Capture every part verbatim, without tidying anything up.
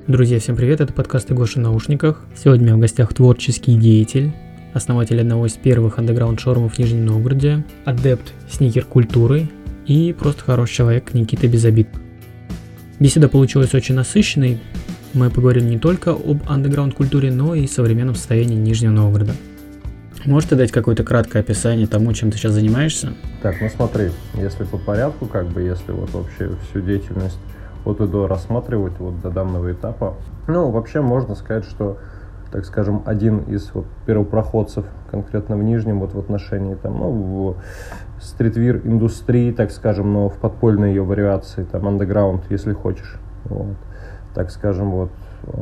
Друзья, всем привет, это подкаст «Гоша в наушниках». Сегодня у меня в гостях творческий деятель, основатель одного из первых андеграунд-шоурумов в Нижнем Новгороде, адепт сникер-культуры и просто хороший человек Никита Безобид. Беседа получилась очень насыщенной. Мы поговорим не только об андеграунд-культуре, но и современном состоянии Нижнего Новгорода. Можете дать какое-то краткое описание тому, чем ты сейчас занимаешься? Так, ну смотри, если по порядку, как бы, если вот вообще всю деятельность от и до рассматривать вот до данного этапа, ну, вообще можно сказать, что, так скажем, один из вот первопроходцев конкретно в Нижнем вот в отношении там, ну, в стритвир индустрии, так скажем, но в подпольной ее вариации, там, андеграунд, если хочешь, вот, так скажем, вот,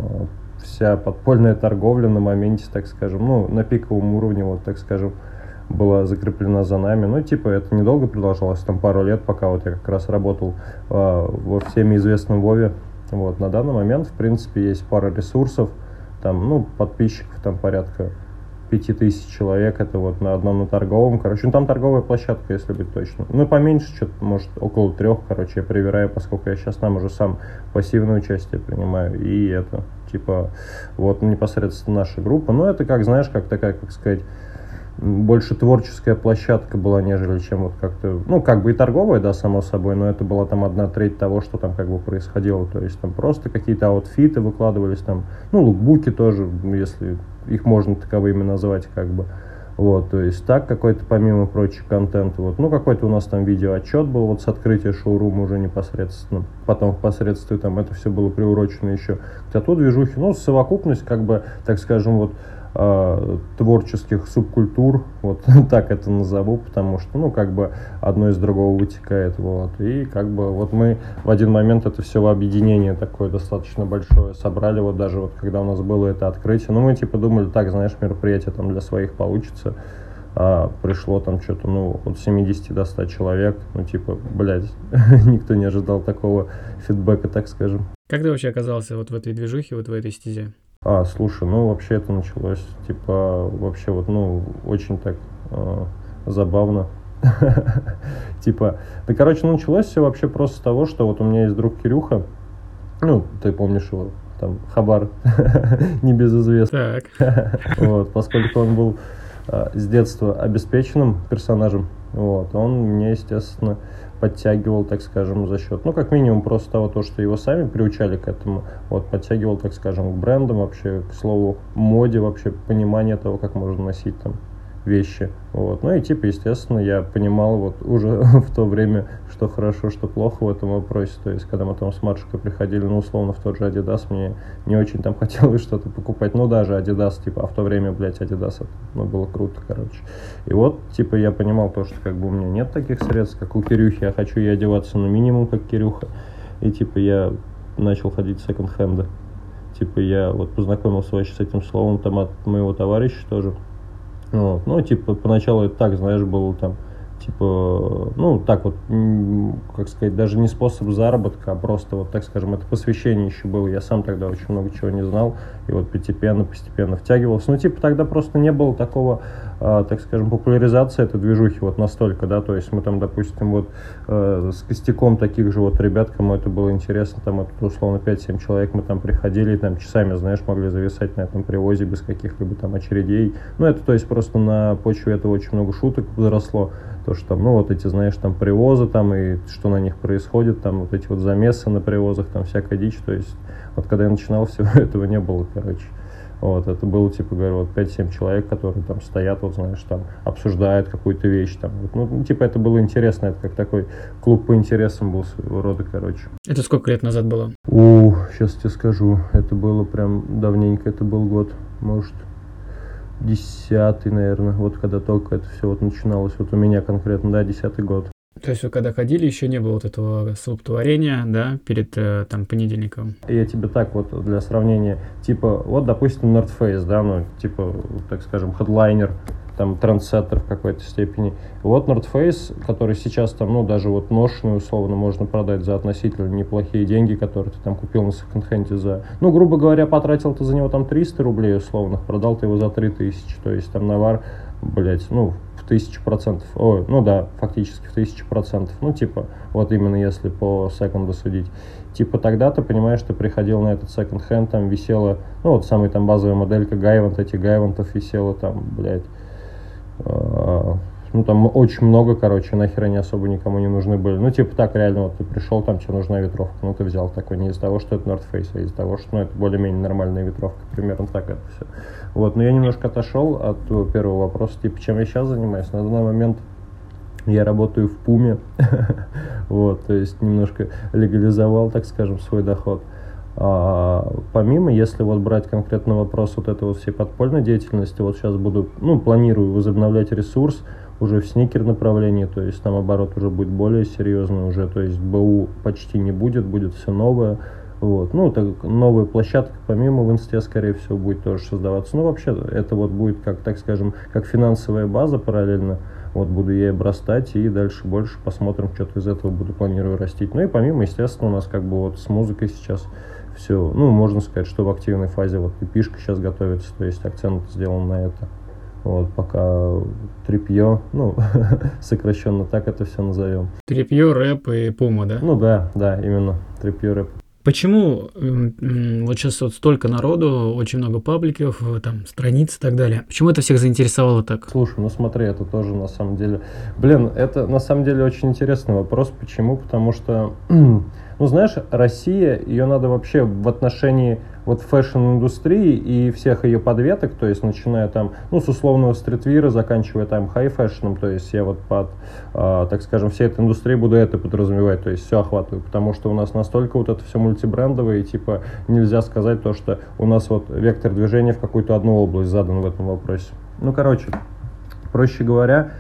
вся подпольная торговля на моменте, так скажем, ну, на пиковом уровне, вот, так скажем, была закреплена за нами. Ну, типа, это недолго продолжалось, там пару лет, пока вот я как раз работал э, во всеми известном Вове. Вот, на данный момент, в принципе, есть пара ресурсов, там, ну, подписчиков, там, порядка пяти тысяч человек, это вот на одном на торговом, короче, ну, там торговая площадка, если быть точным. Ну, поменьше, что-то, может, около трех, короче, я проверяю, поскольку я сейчас там уже сам пассивное участие принимаю, и это, типа, вот, непосредственно наша группа, ну, это, как, знаешь, как такая, как сказать, больше творческая площадка была, нежели чем вот как-то, ну, как бы и торговая, да, само собой, но это была там одна треть того, что там как бы происходило, то есть там просто какие-то аутфиты выкладывались, там, ну, лукбуки тоже, если их можно таковыми назвать, как бы, вот, то есть так какой-то, помимо прочих, контент, вот, ну, какой-то у нас там видеоотчет был вот с открытия шоурума уже непосредственно, потом впоследствии там это все было приурочено еще к ту движухе, ну, совокупность, как бы, так скажем, вот, творческих субкультур, вот так это назову, потому что, ну, как бы одно из другого вытекает, вот, и как бы вот мы в один момент это все в объединение такое достаточно большое собрали, вот даже вот когда у нас было это открытие, ну, мы типа думали, так, знаешь, мероприятие там для своих получится, а пришло там что-то, ну, от семидесяти до ста человек, ну, типа, блядь, никто не ожидал такого фидбэка, так скажем. Как ты вообще оказался вот в этой движухе, вот в этой стезе? А, слушай, ну вообще это началось, типа, вообще вот, ну, очень так э, забавно. Типа, да, короче, началось все вообще просто с того, что вот у меня есть друг Кирюха, ну, ты помнишь его, там, Хабар, небезызвестный. Так. Вот, поскольку он был э, с детства обеспеченным персонажем, вот, он меня, естественно, подтягивал, так скажем, за счет, ну, как минимум, просто того, то, что его сами приучали к этому, вот, подтягивал, так скажем, к брендам, вообще, к слову, моде, вообще, понимание того, как можно носить там вещи, вот, ну, и, типа, естественно, я понимал вот уже в то время, что хорошо, что плохо в этом вопросе, то есть, когда мы там с Машей приходили, ну, условно, в тот же Adidas, мне не очень там хотелось что-то покупать, ну, даже Adidas, типа, а в то время, блядь, Adidas, это, ну, было круто, короче, и вот, типа, я понимал то, что, как бы, у меня нет таких средств, как у Кирюхи, я хочу и одеваться, ну, минимум, как Кирюха, и, типа, я начал ходить в секонд-хенды, типа, я вот познакомился вообще с этим словом, там, от моего товарища тоже. Вот. Ну, типа, поначалу это так, знаешь, было там, типа, ну, так вот, как сказать, даже не способ заработка, а просто, вот, так скажем, это посвящение еще было. Я сам тогда очень много чего не знал, и вот постепенно, постепенно втягивался. Ну, типа, тогда просто не было такого, а, так скажем, популяризации этой движухи вот настолько, да, то есть мы там, допустим, вот э, с костяком таких же вот ребят, кому это было интересно, там, это, условно, пять-семь человек, мы там приходили, и там часами, знаешь, могли зависать на этом привозе без каких-либо там очередей. Ну, это, то есть, просто на почве этого очень много шуток взросло. То, что там, ну, вот эти, знаешь, там привозы там и что на них происходит, там вот эти вот замесы на привозах, там всякая дичь, то есть вот когда я начинал, всего этого не было, короче. Вот, это было, типа, говорю, вот пять-семь человек, которые там стоят, вот, знаешь, там, обсуждают какую-то вещь, там, вот, ну, типа, это было интересно, это как такой клуб по интересам был своего рода, короче. Это сколько лет назад было? У, сейчас тебе скажу, это было прям давненько, это был год, может, десятый, наверное, вот когда только это все вот начиналось, вот у меня конкретно, да, десятый год. То есть вы когда ходили, еще не было вот этого слуптворения, да, перед там понедельником? Я тебе так вот для сравнения, типа, вот, допустим, North Face, да, ну, типа, так скажем, хедлайнер, там, трендсеттер в какой-то степени. Вот North Face, который сейчас там, ну, даже вот ношеный, условно, можно продать за относительно неплохие деньги, которые ты там купил на секонд-хенде за, ну, грубо говоря, потратил ты за него там триста рублей, условно, продал ты его за три тысячи, то есть там навар, блять, ну, в тысячу процентов. Ой, ну да, фактически в тысячу процентов. Ну, типа, вот именно если по секунду судить. Типа, тогда ты, понимаешь, ты приходил на этот секонд-хенд, там висела, ну, вот самая там базовая моделька Гайвант, эти Гайвантов висела там, блядь, э, ну, там очень много, короче, нахер они особо никому не нужны были. Ну, типа, так реально, вот ты пришел, там тебе нужна ветровка, ну, ты взял такой, не из-за того, что это North Face, а из-за того, что, ну, это более-менее нормальная ветровка, примерно так это все. Вот, но я немножко отошел от первого вопроса, типа, чем я сейчас занимаюсь. На данный момент я работаю в Пуме, вот, то есть немножко легализовал, так скажем, свой доход. А, помимо, если вот брать конкретно вопрос вот этой вот всей подпольной деятельности, вот сейчас буду, ну, планирую возобновлять ресурс уже в сникер направлении, то есть там оборот уже будет более серьезный уже, то есть БУ почти не будет, будет все новое. Вот. Ну, так, новая площадка, помимо в инсте, скорее всего, будет тоже создаваться. Ну, вообще, это вот будет, как, так скажем, как финансовая база параллельно. Вот буду я обрастать, и дальше больше посмотрим, что-то из этого буду планирую растить. Ну, и помимо, естественно, у нас как бы вот с музыкой сейчас все, ну, можно сказать, что в активной фазе вот и пишка сейчас готовится, то есть акцент сделан на это. Вот, пока трипье, ну, сокращенно так это все назовем. Трипье, рэп и Пума, да? Ну, да, да, именно, трипье, рэп. Почему м, вот сейчас вот столько народу, очень много пабликов, там, страниц и так далее? Почему это всех заинтересовало так? Слушай, ну смотри, это тоже на самом деле... Блин, это на самом деле очень интересный вопрос. Почему? Потому что, ну знаешь, Россия, ее надо вообще в отношении вот фэшн-индустрии и всех ее подветок, то есть начиная там, ну, с условного стритвира, заканчивая там хай-фэшном, то есть я вот под, э, так скажем, всей этой индустрии буду это подразумевать, то есть все охватываю, потому что у нас настолько вот это все мультибрендовое, и типа нельзя сказать то, что у нас вот вектор движения в какую-то одну область задан в этом вопросе. Ну, короче, проще говоря,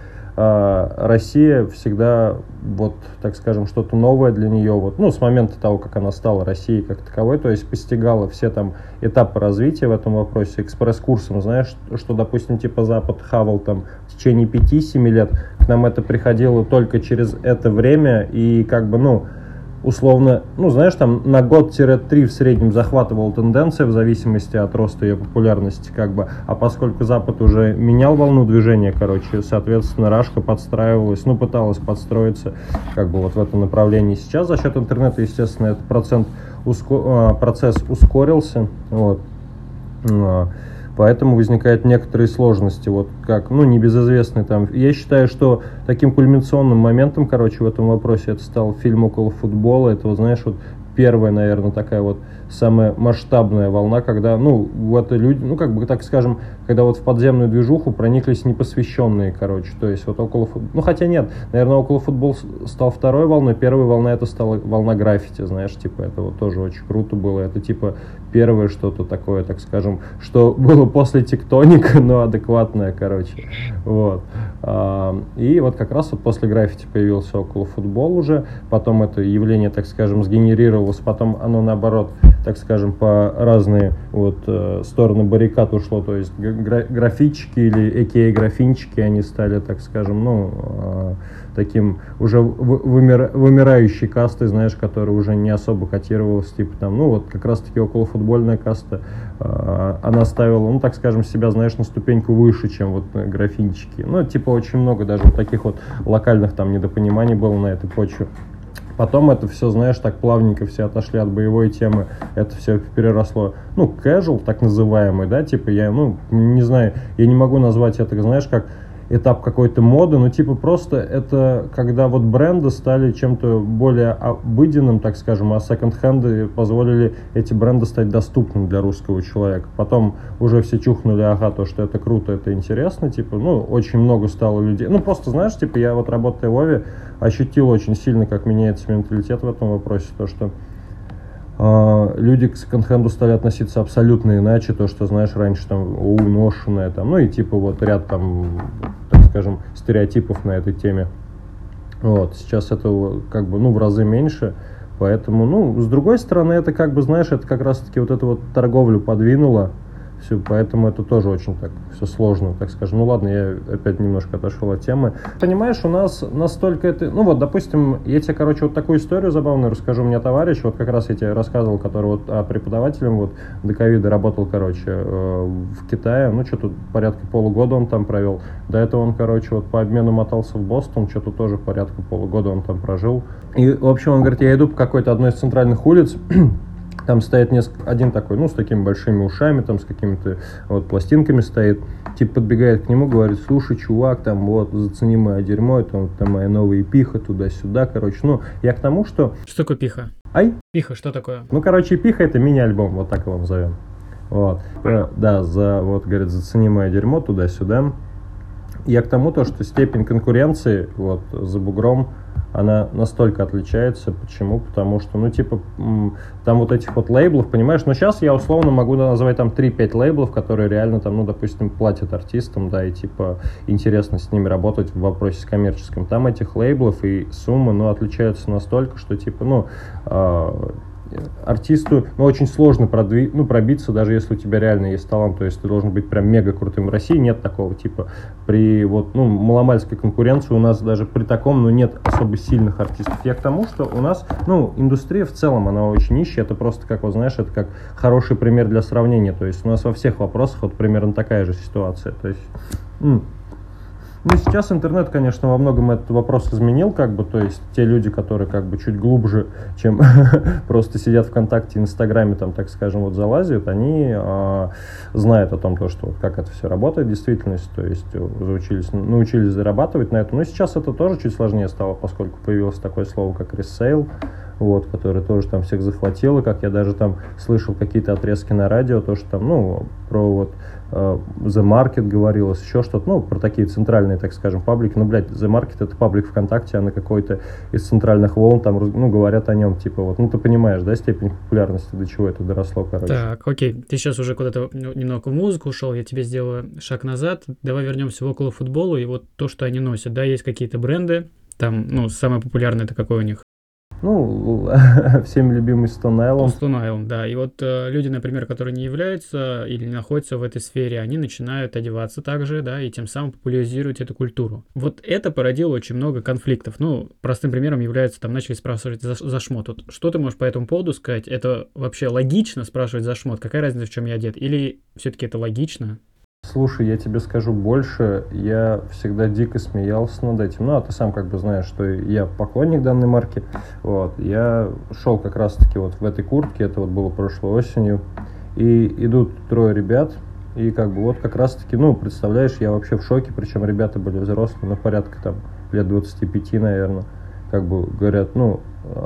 Россия всегда, вот, так скажем, что-то новое для нее, вот, ну, с момента того, как она стала Россией как таковой, то есть постигала все там этапы развития в этом вопросе экспресс-курсом, знаешь, что, допустим, типа Запад хавал там в течение пяти-семи лет, к нам это приходило только через это время, и как бы, ну, условно, ну, знаешь, там на год-три в среднем захватывала тенденция в зависимости от роста ее популярности, как бы, а поскольку Запад уже менял волну движения, короче, соответственно, Рашка подстраивалась, ну, пыталась подстроиться, как бы, вот в этом направлении. Сейчас за счет интернета, естественно, этот процент, уско... процесс ускорился, вот. Поэтому возникают некоторые сложности, вот как, ну, небезызвестный там. Я считаю, что таким кульминационным моментом, короче, в этом вопросе это стал фильм «Около футбола». Это, вот, знаешь, вот первая, наверное, такая вот самая масштабная волна, когда, ну, вот люди, ну, как бы так скажем, когда вот в подземную движуху прониклись непосвященные, короче, то есть вот около футбола, ну, хотя нет, наверное, около футбол стал второй волной, первая волна это стала волна граффити, знаешь, типа, это вот тоже очень круто было, это типа первое что-то такое, так скажем, что было после тектоника, но адекватное, короче, вот, и вот как раз вот после граффити появился около футбол уже, потом это явление, так скажем, сгенерировалось, потом оно наоборот, так скажем, по разные вот э, стороны баррикад ушло, то есть гра- графички или а.к.а. графинчики, они стали, так скажем, ну, э, таким уже вымира- вымирающей кастой, знаешь, которая уже не особо котировалась, типа там, ну, вот как раз-таки околофутбольная каста, э, она ставила, ну, так скажем, себя, знаешь, на ступеньку выше, чем вот графинчики, ну, типа очень много даже вот таких вот локальных там недопониманий было на этой почве. Потом это все, знаешь, так плавненько все отошли от боевой темы, это все переросло, ну, casual, так называемый, да, типа я, ну, не знаю, я не могу назвать это, знаешь, как этап какой-то моды, но типа просто это когда вот бренды стали чем-то более обыденным, так скажем, а секонд-хенды позволили эти бренды стать доступным для русского человека. Потом уже все чухнули, ага, то, что это круто, это интересно, типа, ну, очень много стало людей. Ну, просто, знаешь, типа, я вот работая в Ове, ощутил очень сильно, как меняется менталитет в этом вопросе, то, что люди к секонд-хенду стали относиться абсолютно иначе, то, что, знаешь, раньше там, у, ношеное, там, ну и типа вот ряд там, так скажем, стереотипов на этой теме. Вот, сейчас этого как бы, ну, в разы меньше, поэтому, ну, с другой стороны, это как бы, знаешь, это как раз-таки вот эту вот торговлю подвинуло Все, поэтому это тоже очень так все сложно, так скажем. Ну ладно, я опять немножко отошел от темы. Понимаешь, у нас настолько это... Ну вот, допустим, я тебе, короче, вот такую историю забавную расскажу. У меня товарищ, вот как раз я тебе рассказывал, который вот а, преподавателем вот до ковида работал, короче, э, в Китае. Ну, что-то порядка полугода он там провел. До этого он, короче, вот по обмену мотался в Бостон, что-то тоже порядка полугода он там прожил. И, в общем, он говорит, я иду по какой-то одной из центральных улиц, там стоит несколько, один такой, ну, с такими большими ушами, там, с какими-то вот пластинками стоит, типа подбегает к нему, говорит, слушай, чувак, там, вот, зацени мое дерьмо, это вот, там, моя новая пиха, туда-сюда, короче, ну, я к тому, что... Что такое пиха? Ай? Пиха, что такое? Ну, короче, пиха — это мини-альбом, вот так его назовем. Вот, да, за, вот, говорит, зацени мое дерьмо, туда-сюда. Я к тому, то, что степень конкуренции, вот, за бугром, она настолько отличается. Почему? Потому что, ну, типа, там вот этих вот лейблов, понимаешь, ну, сейчас я условно могу назвать там три-пять лейблов, которые реально там, ну, допустим, платят артистам, да, и, типа, интересно с ними работать в вопросе коммерческом. Там этих лейблов и суммы, ну, отличаются настолько, что, типа, ну, э- артисту, ну, очень сложно продви- ну, пробиться, даже если у тебя реально есть талант, то есть ты должен быть прям мега крутым. В России нет такого, типа, при вот, ну, маломальской конкуренции у нас даже при таком, ну, нет особо сильных артистов. Я к тому, что у нас, ну, индустрия в целом, она очень нищая, это просто, как вот, знаешь, это как хороший пример для сравнения, то есть у нас во всех вопросах вот примерно такая же ситуация, то есть... М- Ну, сейчас интернет, конечно, во многом этот вопрос изменил, как бы, то есть те люди, которые как бы чуть глубже, чем просто сидят ВКонтакте и Инстаграме, там, так скажем, вот залазят, они э, знают о том, то, что вот, как это все работает в действительности, то есть заучились, научились зарабатывать на этом. Но сейчас это тоже чуть сложнее стало, поскольку появилось такое слово, как ресейл, вот, которое тоже там всех захватило, как я даже там слышал какие-то отрезки на радио, то, что там, ну, про вот The Market говорилось, еще что-то, ну, про такие центральные, так скажем, паблики. Ну, блядь, The Market — это паблик ВКонтакте, а на какой-то из центральных волн там, ну, говорят о нем, типа, вот, ну, ты понимаешь, да, степень популярности, до чего это доросло, короче. Так, окей, ты сейчас уже куда-то немного в музыку ушел, я тебе сделаю шаг назад. Давай вернемся в околофутболу, и вот то, что они носят, да, есть какие-то бренды, там, ну, самое популярное — это какой у них? Ну, всеми любимый Stone Island. Stone Island, да. И вот э, люди, например, которые не являются или не находятся в этой сфере, они начинают одеваться также, да, и тем самым популяризировать эту культуру. Вот это породило очень много конфликтов. Ну, простым примером является, там, начали спрашивать за, за шмот. Вот, что ты можешь по этому поводу сказать? Это вообще логично спрашивать за шмот? Какая разница, в чем я одет? Или все-таки это логично? Слушай, я тебе скажу больше, я всегда дико смеялся над этим. Ну, а ты сам как бы знаешь, что я поклонник данной марки. Вот, я шел как раз-таки вот в этой куртке, это вот было прошлой осенью, и идут трое ребят, и как бы вот как раз-таки, ну, представляешь, я вообще в шоке, причем ребята были взрослые, ну, порядка там лет двадцати пяти, наверное, как бы говорят, ну...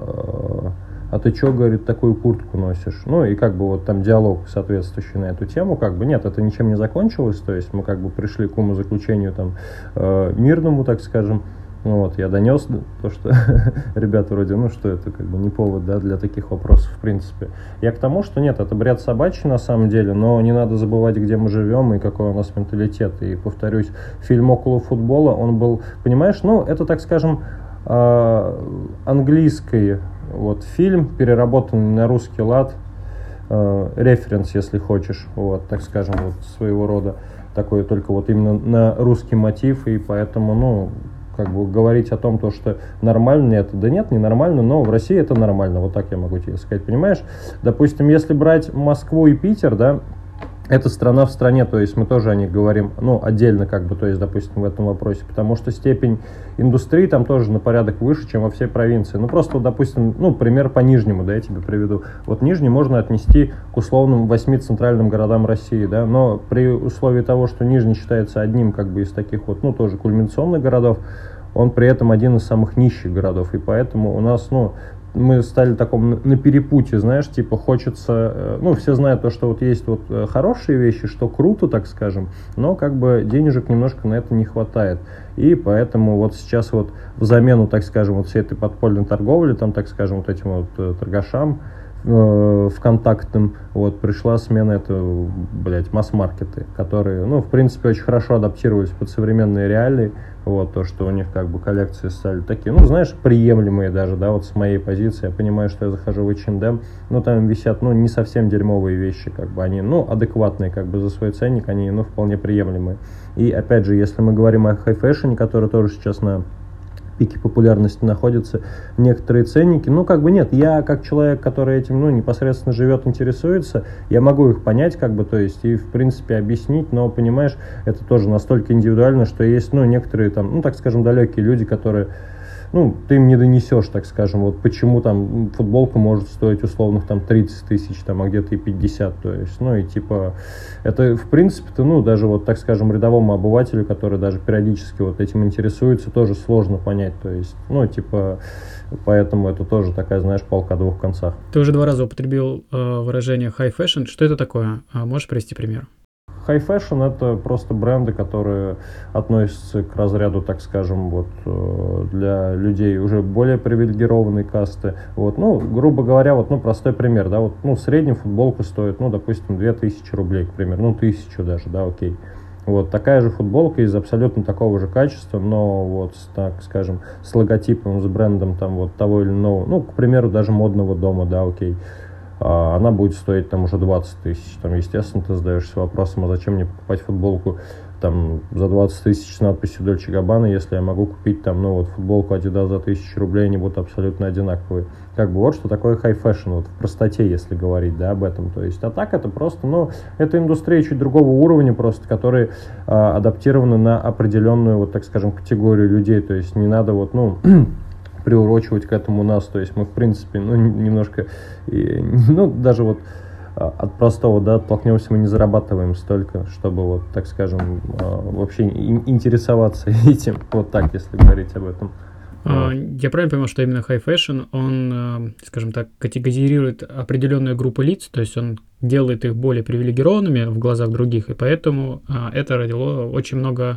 а ты что, говорит, такую куртку носишь? Ну, и как бы вот там диалог соответствующий на эту тему, как бы нет, это ничем не закончилось, то есть мы как бы пришли к умозаключению там э, мирному, так скажем. Ну, вот, я донес то, что ребята вроде, ну, что это как бы не повод, да, для таких вопросов, в принципе. Я к тому, что нет, это бред собачий на самом деле, но не надо забывать, где мы живем и какой у нас менталитет. И, повторюсь, фильм «Около футбола», он был, понимаешь, ну, это, так скажем, э, английский вот фильм, переработанный на русский лад, э, референс, если хочешь, вот, так скажем, вот своего рода, такой только вот именно на русский мотив, и поэтому, ну, как бы говорить о том, то, что нормально это, да нет, не нормально, но в России это нормально, вот так я могу тебе сказать, понимаешь? Допустим, если брать Москву и Питер, да, это страна в стране, то есть мы тоже о них говорим, ну, отдельно как бы, то есть, допустим, в этом вопросе, потому что степень индустрии там тоже на порядок выше, чем во всей провинции. Ну, просто, допустим, ну, пример по Нижнему, да, я тебе приведу. Вот Нижний можно отнести к условным восьми центральным городам России, да, но при условии того, что Нижний считается одним, как бы, из таких вот, ну, тоже кульминационных городов, он при этом один из самых нищих городов, и поэтому у нас, ну, мы стали таком на перепутье, знаешь, типа хочется, ну, все знают то, что вот есть вот хорошие вещи, что круто, так скажем, но как бы денежек немножко на это не хватает. И поэтому вот сейчас вот в замену, так скажем, вот всей этой подпольной торговли, там, так скажем, вот этим вот торгашам, э, ВКонтактным, вот, пришла смена, это, блядь, масс-маркеты, которые, ну, в принципе, очень хорошо адаптировались под современные реалии, вот, то, что у них, как бы, коллекции стали такие, ну, знаешь, приемлемые даже, да, вот с моей позиции, я понимаю, что я захожу в эйч энд эм, ну, там висят, ну, не совсем дерьмовые вещи, как бы, они, ну, адекватные, как бы, за свой ценник, они, ну, вполне приемлемые. И, опять же, если мы говорим о хай-фэшне, который тоже сейчас на пике популярности находятся, некоторые ценники, ну, как бы нет, я как человек, который этим, ну, непосредственно живет, интересуется, я могу их понять, как бы, то есть, и, в принципе, объяснить, но, понимаешь, это тоже настолько индивидуально, что есть, ну, некоторые там, ну, так скажем, далекие люди, которые, ну, ты им не донесешь, так скажем, вот почему там футболка может стоить условных там тридцать тысяч, там, а где-то и пятьдесят, то есть, ну, и типа, это, в принципе-то, ну, даже вот, так скажем, рядовому обывателю, который даже периодически вот этим интересуется, тоже сложно понять, то есть, ну, типа, поэтому это тоже такая, знаешь, палка о двух концах. Ты уже два раза употребил э, выражение high fashion, что это такое? А можешь привести пример? High fashion — это просто бренды, которые относятся к разряду, так скажем, вот, для людей уже более привилегированной касты. Вот, ну, грубо говоря, вот, ну, простой пример, да, вот, ну, в среднем футболка стоит, ну, допустим, две тысячи рублей, к примеру, ну, тысячу даже, да, окей. Вот, такая же футболка из абсолютно такого же качества, но вот, с, так скажем, с логотипом, с брендом там вот того или иного, ну, к примеру, даже модного дома, да, окей. Она будет стоить там уже двадцать тысяч. Там, естественно, ты задаешься вопросом, а зачем мне покупать футболку там за двадцать тысяч с надписью Dolce Gabbana, если я могу купить там, ну, вот футболку Adidas за тысячу рублей, они будут абсолютно одинаковые. Как бы вот что такое high fashion, вот в простоте, если говорить, да, об этом. То есть, а так это просто, ну, это индустрия чуть другого уровня просто, которые а, адаптированы на определенную, вот так скажем, категорию людей. То есть не надо вот, ну, приурочивать к этому нас, то есть мы, в принципе, ну, немножко, ну, даже вот от простого, да, оттолкнемся, мы не зарабатываем столько, чтобы, вот, так скажем, вообще интересоваться этим, вот так, если говорить об этом. Я правильно понимаю, что именно high fashion, он, скажем так, категоризирует определенную группу лиц, то есть он делает их более привилегированными в глазах других, и поэтому это родило очень много,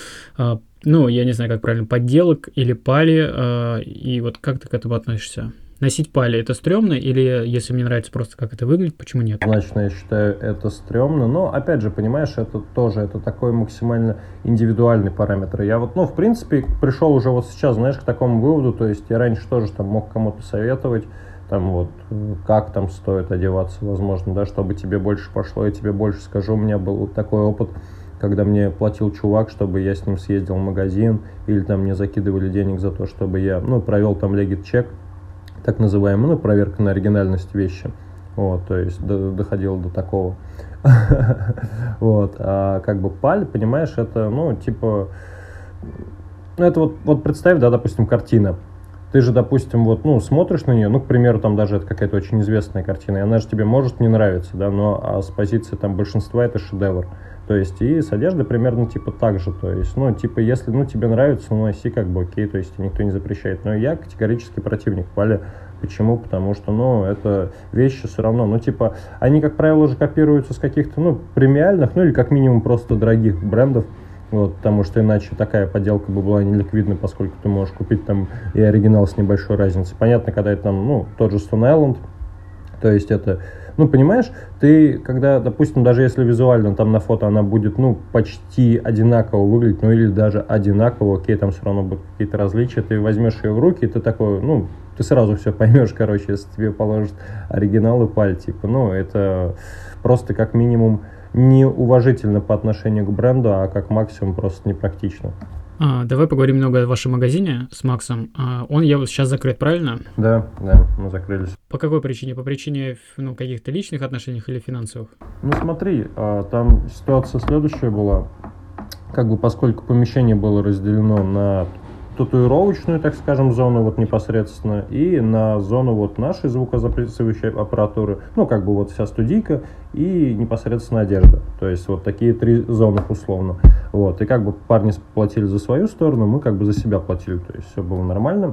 ну, я не знаю, как правильно, подделок или пали, и вот как ты к этому относишься? Носить пали — это стрёмно, или если мне нравится просто, как это выглядит, почему нет? Значит, я считаю, это стрёмно, но, опять же, понимаешь, это тоже, это такой максимально индивидуальный параметр. Я вот, ну, в принципе, пришел уже вот сейчас, знаешь, к такому выводу, то есть я раньше тоже там мог кому-то советовать, там вот, как там стоит одеваться, возможно, да, чтобы тебе больше пошло, я тебе больше скажу, у меня был вот такой опыт, когда мне платил чувак, чтобы я с ним съездил в магазин, или там мне закидывали денег за то, чтобы я, ну, провел там легит-чек, так называемая, ну, проверка на оригинальность вещи. Вот, то есть до, доходило до такого. Вот, а как бы паль, понимаешь, это, ну, типа, ну, это вот, вот представь, да, допустим, картина. Ты же, допустим, вот, ну, смотришь на нее, ну, к примеру, там даже это какая-то очень известная картина, и она же тебе может не нравиться, да, но а с позиции там большинства это шедевр. То есть и с одеждой примерно типа так же, то есть, ну, типа, если, ну, тебе нравится, ну, носи, как бы, окей, то есть никто не запрещает. Но я категорически противник пали. Почему? Потому что, ну, это вещи все равно, ну, типа, они, как правило, уже копируются с каких-то, ну, премиальных, ну, или как минимум просто дорогих брендов, вот, потому что иначе такая подделка бы была неликвидна, поскольку ты можешь купить там и оригинал с небольшой разницей. Понятно, когда это там, ну, тот же Stone Island, то есть это, ну, понимаешь, ты, когда, допустим, даже если визуально там на фото она будет, ну, почти одинаково выглядеть, ну, или даже одинаково, окей, там все равно будут какие-то различия, ты возьмешь ее в руки, и ты такой, ну, ты сразу все поймешь, короче, если тебе положат оригинал и паль, типа, ну, это просто как минимум неуважительно по отношению к бренду, а как максимум просто непрактично. А, давай поговорим немного о вашем магазине с Максом. А, он я вот сейчас закрыт, правильно? Да, да, мы закрылись. По какой причине? По причине, ну, каких-то личных отношений или финансовых? Ну, смотри, там ситуация следующая была. Как бы поскольку помещение было разделено на татуировочную, так скажем, зону вот непосредственно и на зону вот нашей звукозаписывающей аппаратуры, ну, как бы вот вся студийка и непосредственно одежда. То есть вот такие три зоны условно. Вот. И как бы парни платили за свою сторону, мы как бы за себя платили. То есть все было нормально.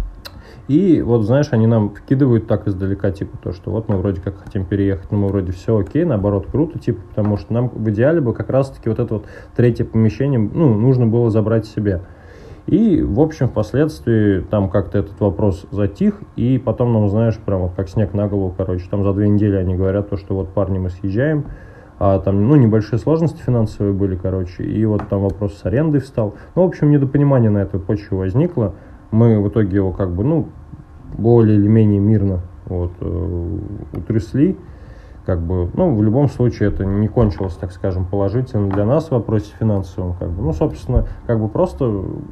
И вот, знаешь, они нам вкидывают так издалека, типа, то, что вот мы вроде как хотим переехать, но мы вроде все окей, наоборот, круто, типа, потому что нам в идеале бы как раз-таки вот это вот третье помещение, ну, нужно было забрать себе. И, в общем, впоследствии там как-то этот вопрос затих, и потом нам, знаешь, прям вот как снег на голову, короче, там за две недели они говорят, то, что вот, парни, мы съезжаем, а там, ну, небольшие сложности финансовые были, короче, и вот там вопрос с арендой встал. Ну, в общем, недопонимание на этой почве возникло. Мы в итоге его как бы, ну, более или менее мирно вот, э, утрясли. Как бы, ну, в любом случае это не кончилось, так скажем, положительно для нас в вопросе финансовом. Как бы. Ну, собственно, как бы просто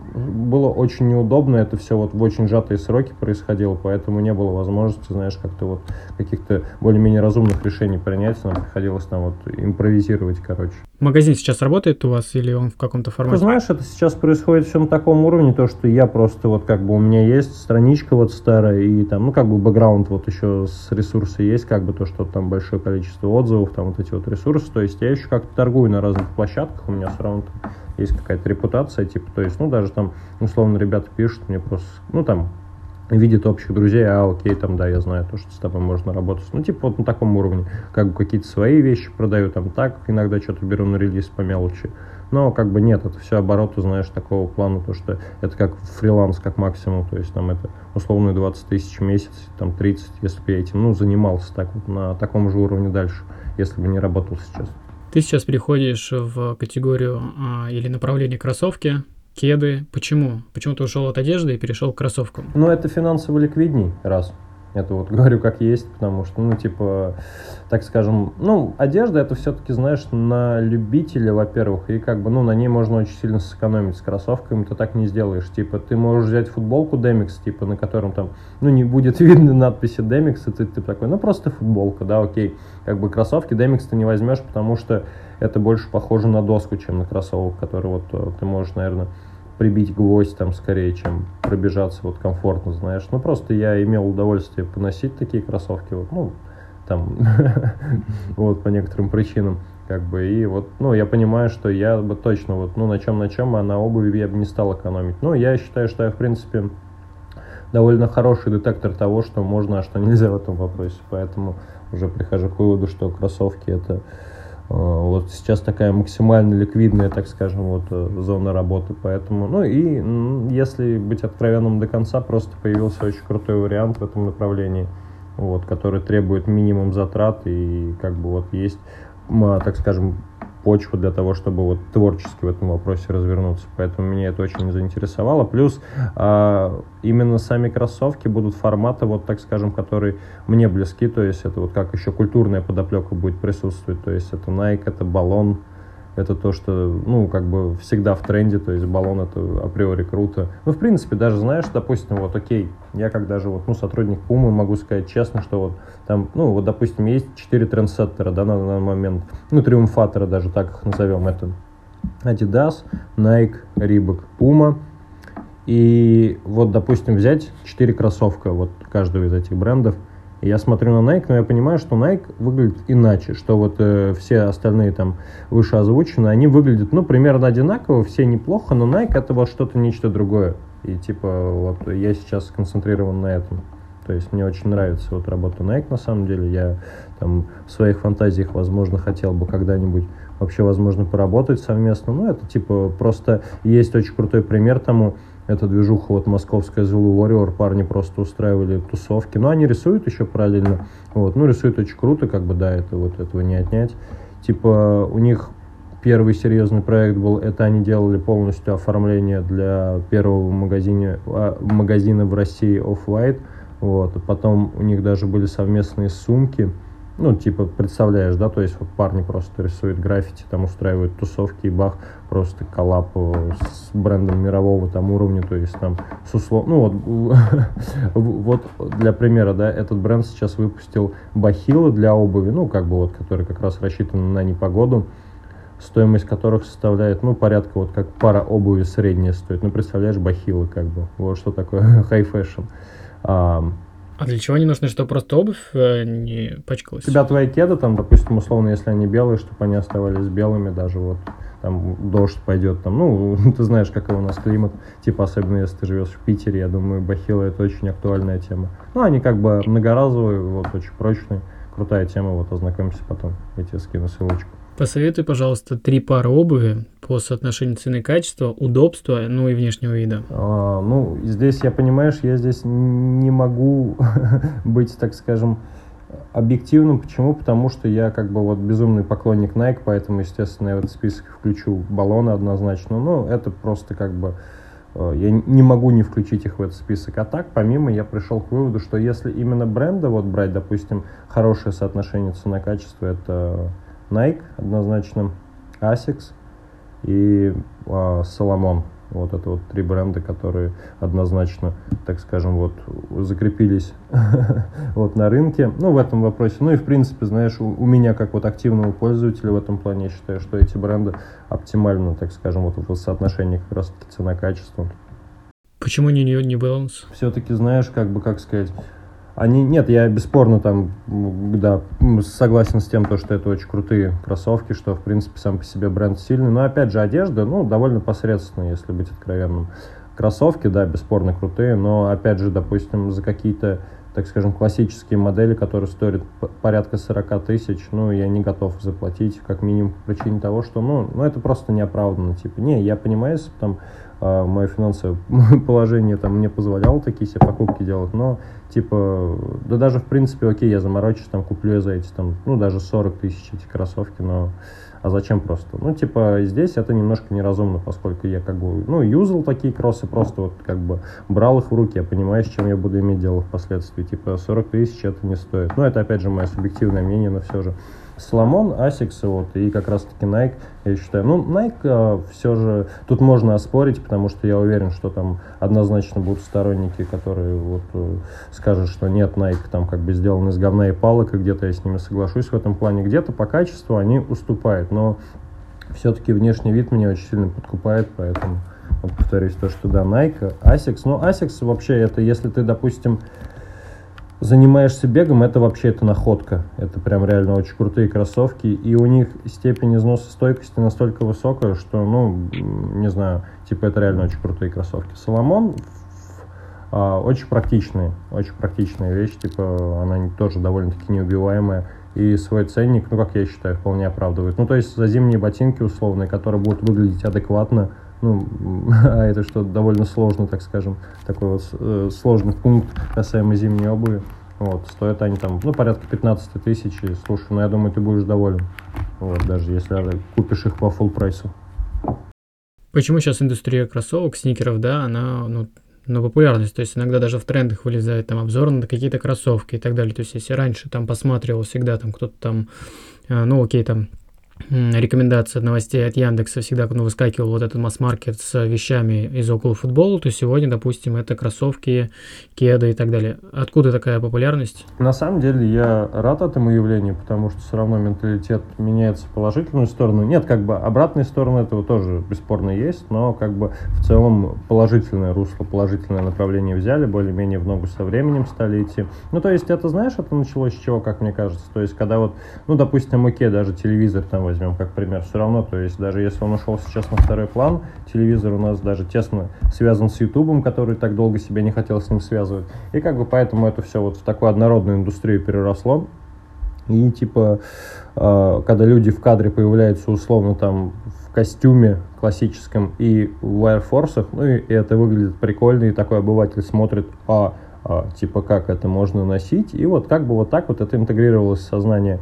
было очень неудобно, это все вот в очень сжатые сроки происходило, поэтому не было возможности, знаешь, как-то вот каких-то более-менее разумных решений принять, нам приходилось там вот импровизировать, короче. Магазин сейчас работает у вас или он в каком-то формате? Ты знаешь, это сейчас происходит все на таком уровне, то, что я просто вот как бы у меня есть страничка вот старая, и там, ну, как бы бэкграунд вот еще с ресурса есть, как бы то, что там большое количество отзывов, там вот эти вот ресурсы, то есть я еще как-то торгую на разных площадках, у меня все равно там есть какая-то репутация, типа, то есть, ну, даже там, условно, ребята пишут мне просто, ну, там, видят общих друзей, а окей, там, да, я знаю то, что с тобой можно работать. Ну, типа, вот на таком уровне. Как бы какие-то свои вещи продаю, там, так, иногда что-то беру на релиз по мелочи. Но, как бы, нет, это все обороты, знаешь, такого плана, то, что это как фриланс, как максимум, то есть, там, это условно двадцать тысяч в месяц, там, тридцать, если бы я этим, ну, занимался так вот, на таком же уровне дальше, если бы не работал сейчас. Ты сейчас переходишь в категорию а, или направление кроссовки, кеды. Почему? Почему ты ушел от одежды и перешел к кроссовкам? Ну, это финансово ликвидней, раз. Это вот говорю как есть, потому что, ну, типа, так скажем, ну, одежда это все-таки, знаешь, на любителя, во-первых, и как бы, ну, на ней можно очень сильно сэкономить. С кроссовками ты так не сделаешь. Типа, ты можешь взять футболку Demix, типа, на котором там, ну, не будет видно надписи Demix, и ты, ты такой, ну, просто футболка, да, окей. Как бы кроссовки Demix ты не возьмешь, потому что это больше похоже на доску, чем на кроссовок, который вот ты можешь, наверное, прибить гвоздь там скорее, чем пробежаться вот комфортно, знаешь. Ну, просто я имел удовольствие поносить такие кроссовки, вот, ну, там, вот, по некоторым причинам, как бы, и вот, ну, я понимаю, что я бы точно вот, ну, на чем, на чем, а на обуви я бы не стал экономить. Ну, я считаю, что я, в принципе, довольно хороший детектор того, что можно, а что нельзя в этом вопросе, поэтому уже прихожу к выводу, что кроссовки это вот сейчас такая максимально ликвидная, так скажем, вот зона работы, поэтому, ну и если быть откровенным до конца, просто появился очень крутой вариант в этом направлении, вот, который требует минимум затрат и как бы вот есть, так скажем, почву для того, чтобы вот творчески в этом вопросе развернуться, поэтому меня это очень заинтересовало. Плюс а, именно сами кроссовки будут формата, вот так скажем, которые мне близки, то есть это вот как еще культурная подоплека будет присутствовать, то есть это Nike, это баллон, это то, что, ну, как бы всегда в тренде, то есть баллон это априори круто. Ну, в принципе, даже, знаешь, допустим, вот окей, я как даже вот, ну, сотрудник Puma могу сказать честно, что вот там, ну, вот, допустим, есть четыре трендсеттера, да, на данный момент, ну, триумфатора даже, так их назовем, это Adidas, Nike, Reebok, Puma. И вот, допустим, взять четыре кроссовка вот каждого из этих брендов. И я смотрю на Nike, но я понимаю, что Nike выглядит иначе, что вот э, все остальные там вышеозвученные, они выглядят, ну, примерно одинаково, все неплохо, но Nike это вот что-то, нечто другое. И типа вот я сейчас сконцентрирован на этом. То есть мне очень нравится вот работа Nike на самом деле. Я там в своих фантазиях, возможно, хотел бы когда-нибудь вообще, возможно, поработать совместно. Ну, это типа просто есть очень крутой пример тому. Это движуха вот московская Zulu Warrior, парни просто устраивали тусовки. Но они рисуют еще параллельно. Вот. Ну, рисуют очень круто, как бы, да, это вот этого не отнять. Типа у них первый серьезный проект был, это они делали полностью оформление для первого магазина, магазина в России Off-White. Вот. А потом у них даже были совместные сумки. Ну, типа, представляешь, да, то есть вот парни просто рисуют граффити, там устраивают тусовки, и бах, просто коллаб с брендом мирового там уровня, то есть там с услов... Ну, вот, вот для примера, да, этот бренд сейчас выпустил бахилы для обуви, ну, как бы вот, которые как раз рассчитаны на непогоду, стоимость которых составляет, ну, порядка вот как пара обуви средняя стоит. Ну, представляешь, бахилы, как бы, вот что такое хай-фэшн. А для чего они нужны? Чтобы просто обувь не пачкалась? У тебя твои кеды, там, допустим, условно, если они белые, чтобы они оставались белыми, даже вот там дождь пойдет, там, ну, ты знаешь, какой у нас климат, типа, особенно если ты живешь в Питере, я думаю, бахилы это очень актуальная тема. Ну, они как бы многоразовые, вот, очень прочные, крутая тема, вот, ознакомься потом, я тебе скину ссылочку. Посоветуй, пожалуйста, три пары обуви по соотношению цены-качества, удобства, ну и внешнего вида. А, ну, здесь, я, понимаешь, я здесь не могу быть, так скажем, объективным. Почему? Потому что я как бы вот безумный поклонник Nike, поэтому, естественно, я в этот список включу баллоны однозначно. Ну, это просто как бы... Я не могу не включить их в этот список. А так, помимо, я пришел к выводу, что если именно бренда вот брать, допустим, хорошее соотношение цена-качество, это Nike однозначно, Asics и а, Salomon. Вот это вот три бренда, которые однозначно, так скажем, вот закрепились вот на рынке. Ну, в этом вопросе. Ну и, в принципе, знаешь, у, у меня, как вот активного пользователя в этом плане, я считаю, что эти бренды оптимально, так скажем, вот в соотношении как раз таки цена-качество. Почему не New Balance? Все-таки, знаешь, как бы, как сказать... Они, нет, я бесспорно там, да, согласен с тем, то, что это очень крутые кроссовки, что, в принципе, сам по себе бренд сильный. Но, опять же, одежда, ну, довольно посредственная, если быть откровенным. Кроссовки, да, бесспорно крутые, но, опять же, допустим, за какие-то, так скажем, классические модели, которые стоят порядка сорок тысяч, ну, я не готов заплатить, как минимум, по причине того, что, ну, ну это просто неоправданно. Типа, не, я понимаю, если там э, мое финансовое положение там мне позволяло такие себе покупки делать, но, типа, да даже, в принципе, окей, я заморочусь, там, куплю я за эти, там, ну, даже сорок тысяч эти кроссовки, но... А зачем просто? Ну, типа, здесь это немножко неразумно, поскольку я как бы, ну, юзал такие кроссы, просто вот как бы брал их в руки, я понимаю, с чем я буду иметь дело впоследствии. Типа, сорок тысяч это не стоит. Но это, опять же, мое субъективное мнение, но все же. Salomon, Asics, вот, и как раз-таки Nike, я считаю. Ну, Nike э, все же, тут можно оспорить, потому что я уверен, что там однозначно будут сторонники, которые вот э, скажут, что нет, Nike там как бы сделан из говна и палок, и где-то я с ними соглашусь в этом плане. Где-то по качеству они уступают, но все-таки внешний вид меня очень сильно подкупает, поэтому, вот, повторюсь, то, что да, Nike, Asics. Ну, Asics вообще это, если ты, допустим, занимаешься бегом, это вообще это находка. Это прям реально очень крутые кроссовки. И у них степень износа стойкости настолько высокая, что, ну, не знаю, типа это реально очень крутые кроссовки. Salomon а, очень практичные, очень практичная вещь. Типа она тоже довольно-таки неубиваемая. И свой ценник, ну, как я считаю, вполне оправдывает. Ну, то есть за зимние ботинки условные, которые будут выглядеть адекватно, ну, а это что довольно сложно, так скажем, такой вот э, сложный пункт касаемо зимней обуви. Вот, стоят они там, ну, порядка пятнадцать тысяч, и, слушай, ну, я думаю, ты будешь доволен, вот, даже если купишь их по full прайсу. Почему сейчас индустрия кроссовок, сникеров, да, она, ну, на популярность, то есть иногда даже в трендах вылезает там обзор на какие-то кроссовки и так далее, то есть если раньше там посматривал всегда там кто-то там, ну, окей, там, рекомендация новостей от Яндекса всегда, ну, выскакивал вот этот масс-маркет с вещами из около футбола, то сегодня, допустим, это кроссовки, кеды и так далее. Откуда такая популярность? На самом деле я рад этому явлению, потому что все равно менталитет меняется в положительную сторону. Нет, как бы обратная сторона этого тоже бесспорно есть, но как бы в целом положительное русло, положительное направление взяли, более-менее в ногу со временем стали идти. Ну, то есть это, знаешь, это началось с чего, как мне кажется, то есть когда вот, ну, допустим, окей, даже телевизор там возьмем как пример, все равно, то есть даже если он ушел сейчас на второй план, телевизор у нас даже тесно связан с Ютубом, который так долго себя не хотел с ним связывать, и как бы поэтому это все вот в такую однородную индустрию переросло, и типа, э, когда люди в кадре появляются условно там в костюме классическом и в Air Force, ну и, и это выглядит прикольно, и такой обыватель смотрит, а, а типа как это можно носить, и вот как бы вот так вот это интегрировалось в сознание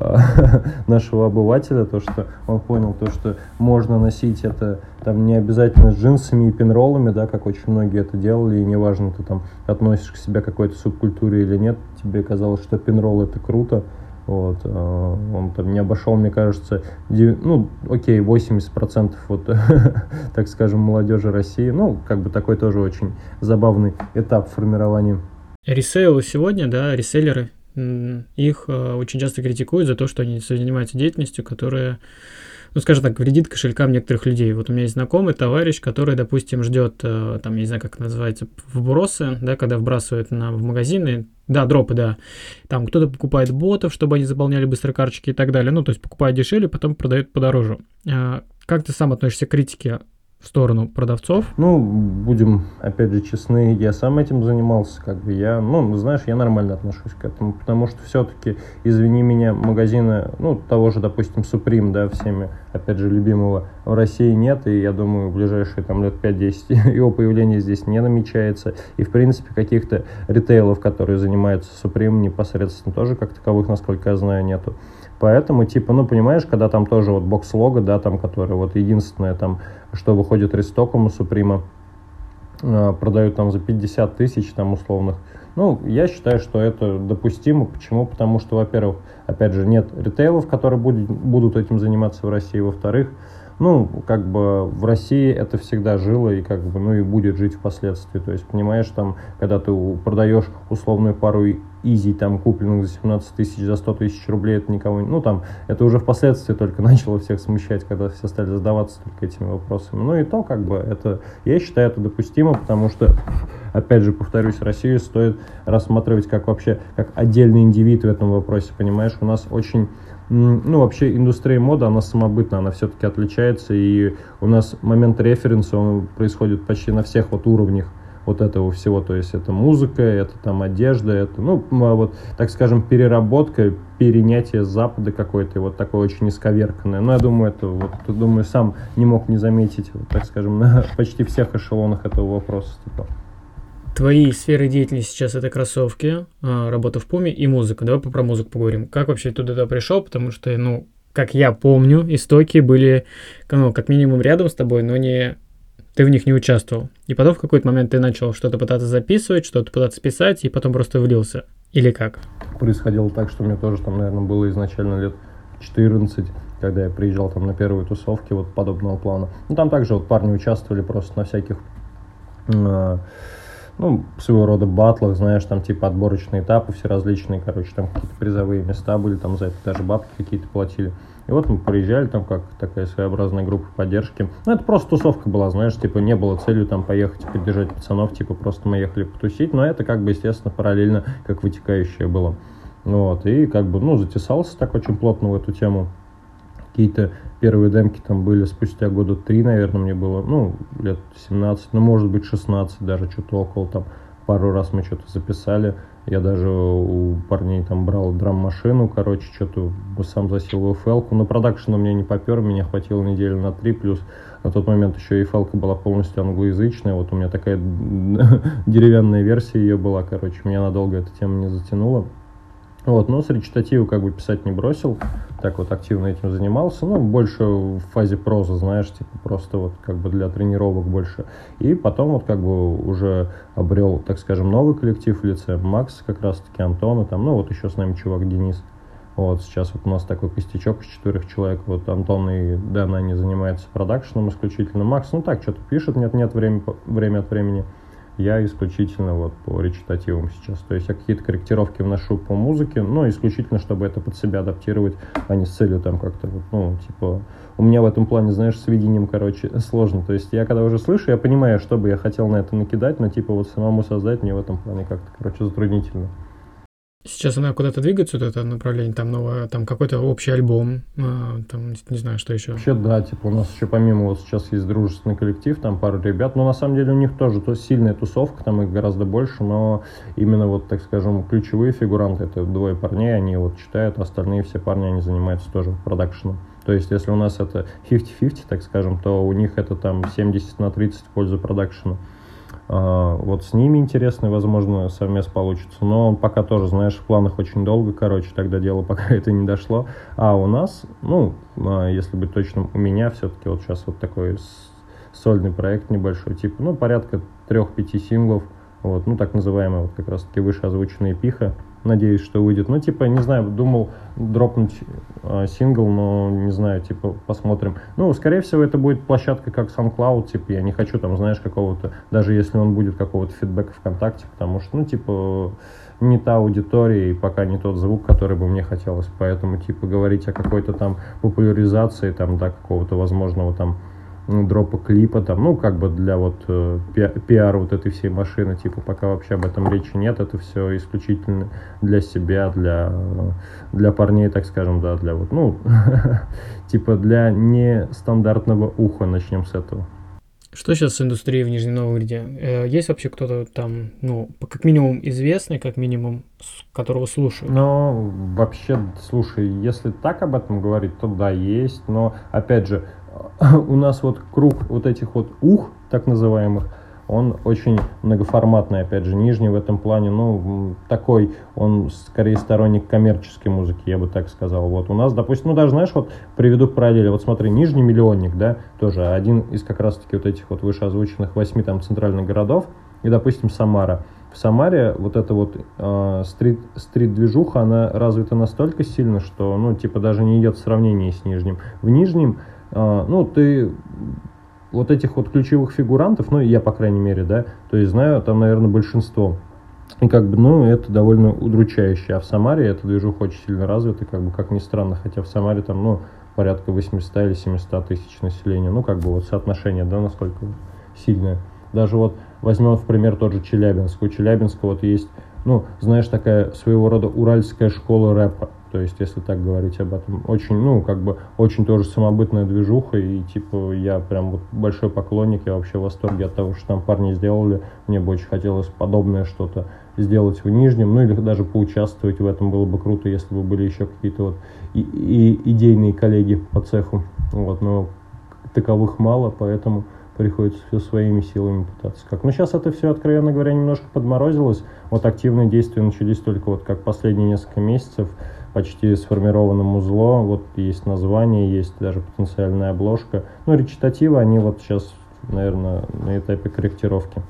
нашего обывателя, то, что он понял, то, что можно носить это там не обязательно с джинсами и пинроллами, да, как очень многие это делали, и неважно, ты там относишь к себе к какой-то субкультуре или нет, тебе казалось, что пинролл это круто, вот, он там не обошел, мне кажется, ну, окей, восемьдесят процентов вот, так скажем, молодежи России, ну, как бы такой тоже очень забавный этап формирования. Ресейлы сегодня, да, реселлеры, их э, очень часто критикуют за то, что они занимаются деятельностью, которая, ну, скажем так, вредит кошелькам некоторых людей. Вот у меня есть знакомый товарищ, который, допустим, ждет, э, там, я не знаю, как это называется, вбросы, да, когда вбрасывают на, в магазины, да, дропы, да, там кто-то покупает ботов, чтобы они заполняли быстро карточки и так далее, ну, то есть покупает дешевле, потом продает подороже. Э, как ты сам относишься к критике в сторону продавцов? Ну, будем, опять же, честны, я сам этим занимался, как бы я, ну, знаешь, я нормально отношусь к этому, потому что все-таки, извини меня, магазина, ну, того же, допустим, Supreme, да, всеми, опять же, любимого, в России нет, и я думаю, в ближайшие там лет пять-десять его появление здесь не намечается, и, в принципе, каких-то ритейлов, которые занимаются Supreme, непосредственно тоже, как таковых, насколько я знаю, нету. Поэтому, типа, ну, понимаешь, когда там тоже вот бокс-лого, да, там, который вот единственное там, что выходит рестоком у Суприма, э, продают там за пятьдесят тысяч там условных. Ну, я считаю, что это допустимо. Почему? Потому что, во-первых, опять же, нет ритейлов, которые будет, будут этим заниматься в России. Во-вторых, ну, как бы в России это всегда жило и как бы, ну, и будет жить впоследствии. То есть, понимаешь, там, когда ты продаешь условную пару Изи, там, купленных за семнадцать тысяч, за сто тысяч рублей, это никого не... Ну, там, это уже впоследствии только начало всех смущать, когда все стали задаваться только этими вопросами. Ну, и то, как бы, это... Я считаю, это допустимо, потому что, опять же, повторюсь, Россию стоит рассматривать как вообще, как отдельный индивид в этом вопросе, понимаешь? У нас очень... Ну, вообще, индустрия моды, она самобытна, она все-таки отличается, и у нас момент референса, он происходит почти на всех вот уровнях вот этого всего, то есть это музыка, это там одежда, это, ну, вот, так скажем, переработка, перенятие с Запада какое-то, вот такое очень исковерканное. Но я думаю, это, вот, думаю, сам не мог не заметить, вот, так скажем, на почти всех эшелонах этого вопроса, типа. Твои сферы деятельности сейчас это кроссовки, работа в Пуме и музыка. Давай про музыку поговорим. Как вообще ты туда пришел? Потому что, ну, как я помню, истоки были, ну, как минимум рядом с тобой, но не... ты в них не участвовал. И потом в какой-то момент ты начал что-то пытаться записывать, что-то пытаться писать, и потом просто влился. Или как? Происходило так, что мне тоже там, наверное, было изначально лет четырнадцать, когда я приезжал там на первые тусовки вот подобного плана. Ну, там также вот парни участвовали просто на всяких... Э- ну, своего рода батлах, знаешь, там типа отборочные этапы все различные, короче, там какие-то призовые места были, там за это даже бабки какие-то платили. И вот мы приезжали там как такая своеобразная группа поддержки. Ну, это просто тусовка была, знаешь, типа не было целью там поехать и поддержать пацанов, типа просто мы ехали потусить, но это как бы, естественно, параллельно как вытекающее было. Вот, и как бы, ну, затесался так очень плотно в эту тему. Какие-то первые демки там были спустя года три, наверное, мне было, ну, лет семнадцать, ну, может быть, шестнадцать даже, что-то около там. Пару раз мы что-то записали. Я даже у парней там брал драм-машину, короче, что-то сам засел в эф эл-ку. Но продакшн у меня не попер, меня хватило недели на три, плюс на тот момент еще и эф эл-ка была полностью англоязычная. Вот у меня такая деревянная версия ее была, короче, меня надолго эта тема не затянула. Вот, но с речитатива как бы писать не бросил, так вот активно этим занимался, ну, больше в фазе прозы, знаешь, типа просто вот как бы для тренировок больше. И потом вот как бы уже обрел, так скажем, новый коллектив в лице Макса, как раз-таки Антона, там, ну, вот еще с нами чувак Денис. Вот, сейчас вот у нас такой костячок из четырех человек, вот Антон и Дэн, они занимаются продакшеном исключительно. Макс, ну, так, что-то пишет, нет-нет, время, время от времени. Я исключительно вот по речитативам сейчас. То есть я какие-то корректировки вношу по музыке, но исключительно, чтобы это под себя адаптировать, а не с целью там как-то вот, ну, типа... У меня в этом плане, знаешь, с видением, короче, сложно. То есть я когда уже слышу, я понимаю, что бы я хотел на это накидать, но типа вот самому создать мне в этом плане как-то, короче, затруднительно. Сейчас она куда-то двигается, вот это направление, там новое, там какой-то общий альбом, э, там, не знаю, что еще. Вообще, да, типа у нас еще помимо вот сейчас есть дружественный коллектив, там пару ребят, но на самом деле у них тоже то сильная тусовка, там их гораздо больше, но именно вот, так скажем, ключевые фигуранты, это двое парней, они вот читают, остальные все парни, они занимаются тоже продакшеном. То есть, если у нас это пятьдесят на пятьдесят, так скажем, то у них это там семьдесят на тридцать в пользу продакшена. Вот с ними интересно, возможно, совместно получится. Но он пока тоже, знаешь, в планах очень долго, короче, тогда дело пока это не дошло. А у нас, ну, если быть точным, у меня все-таки вот сейчас вот такой сольный проект небольшой, типа, ну, порядка трех-пяти синглов, вот, ну, так называемые вот как раз-таки вышеозвученные пиха. Надеюсь, что выйдет. Ну, типа, не знаю, думал дропнуть э, сингл, но не знаю, типа, посмотрим. Ну, скорее всего, это будет площадка как SoundCloud, типа, я не хочу там, знаешь, какого-то, даже если он будет какого-то фидбэка ВКонтакте, потому что, ну, типа, не та аудитория и пока не тот звук, который бы мне хотелось. Поэтому, типа, говорить о какой-то там популяризации, там, да, какого-то возможного там дропа клипа, там, ну, как бы для вот э, пи- пиар вот этой всей машины, типа, пока вообще об этом речи нет, это все исключительно для себя, для, для парней, так скажем, да, для вот, ну, типа, для нестандартного уха, начнем с этого. Что сейчас с индустрией в Нижнем Новгороде? Э, Есть вообще кто-то там, ну, по- как минимум известный, как минимум, с- которого слушают? Но вообще, слушай, если так об этом говорить, то да, есть. Но опять же, у нас вот круг вот этих вот ух, так называемых, он очень многоформатный, опять же, Нижний в этом плане, ну, такой, он скорее сторонник коммерческой музыки, я бы так сказал. Вот у нас, допустим, ну, даже, знаешь, вот приведу параллели, вот смотри, Нижний миллионник, да, тоже один из как раз-таки вот этих вот вышеозвученных восьми там центральных городов, и, допустим, Самара. В Самаре вот эта вот э, стрит, стрит-движуха, она развита настолько сильно, что, ну, типа, даже не идет в сравнении с Нижним. В Нижнем, э, ну, ты вот этих вот ключевых фигурантов, ну, я, по крайней мере, да, то есть знаю там, наверное, большинство. И как бы, ну, это довольно удручающе. А в Самаре эта движуха очень сильно развита, как бы, как ни странно, хотя в Самаре там, ну, порядка восемьсот или семьсот тысяч населения. Ну, как бы вот соотношение, да, насколько сильное. Даже вот возьмем в пример тот же Челябинск. У Челябинска вот есть, ну, знаешь, такая своего рода уральская школа рэпа. То есть, если так говорить об этом. Очень, ну, как бы, очень тоже самобытная движуха. И, типа, я прям вот большой поклонник. Я вообще в восторге от того, что там парни сделали. Мне бы очень хотелось подобное что-то сделать в Нижнем. Ну, или даже поучаствовать в этом. Было бы круто, если бы были еще какие-то вот и, и идейные коллеги по цеху. Вот, но таковых мало, поэтому приходится все своими силами пытаться. Как. Но сейчас это все, откровенно говоря, немножко подморозилось. Вот активные действия начались только вот как последние несколько месяцев. Почти сформировано музло, вот есть название, есть даже потенциальная обложка. Ну, речитативы, они вот сейчас, наверное, на этапе корректировки.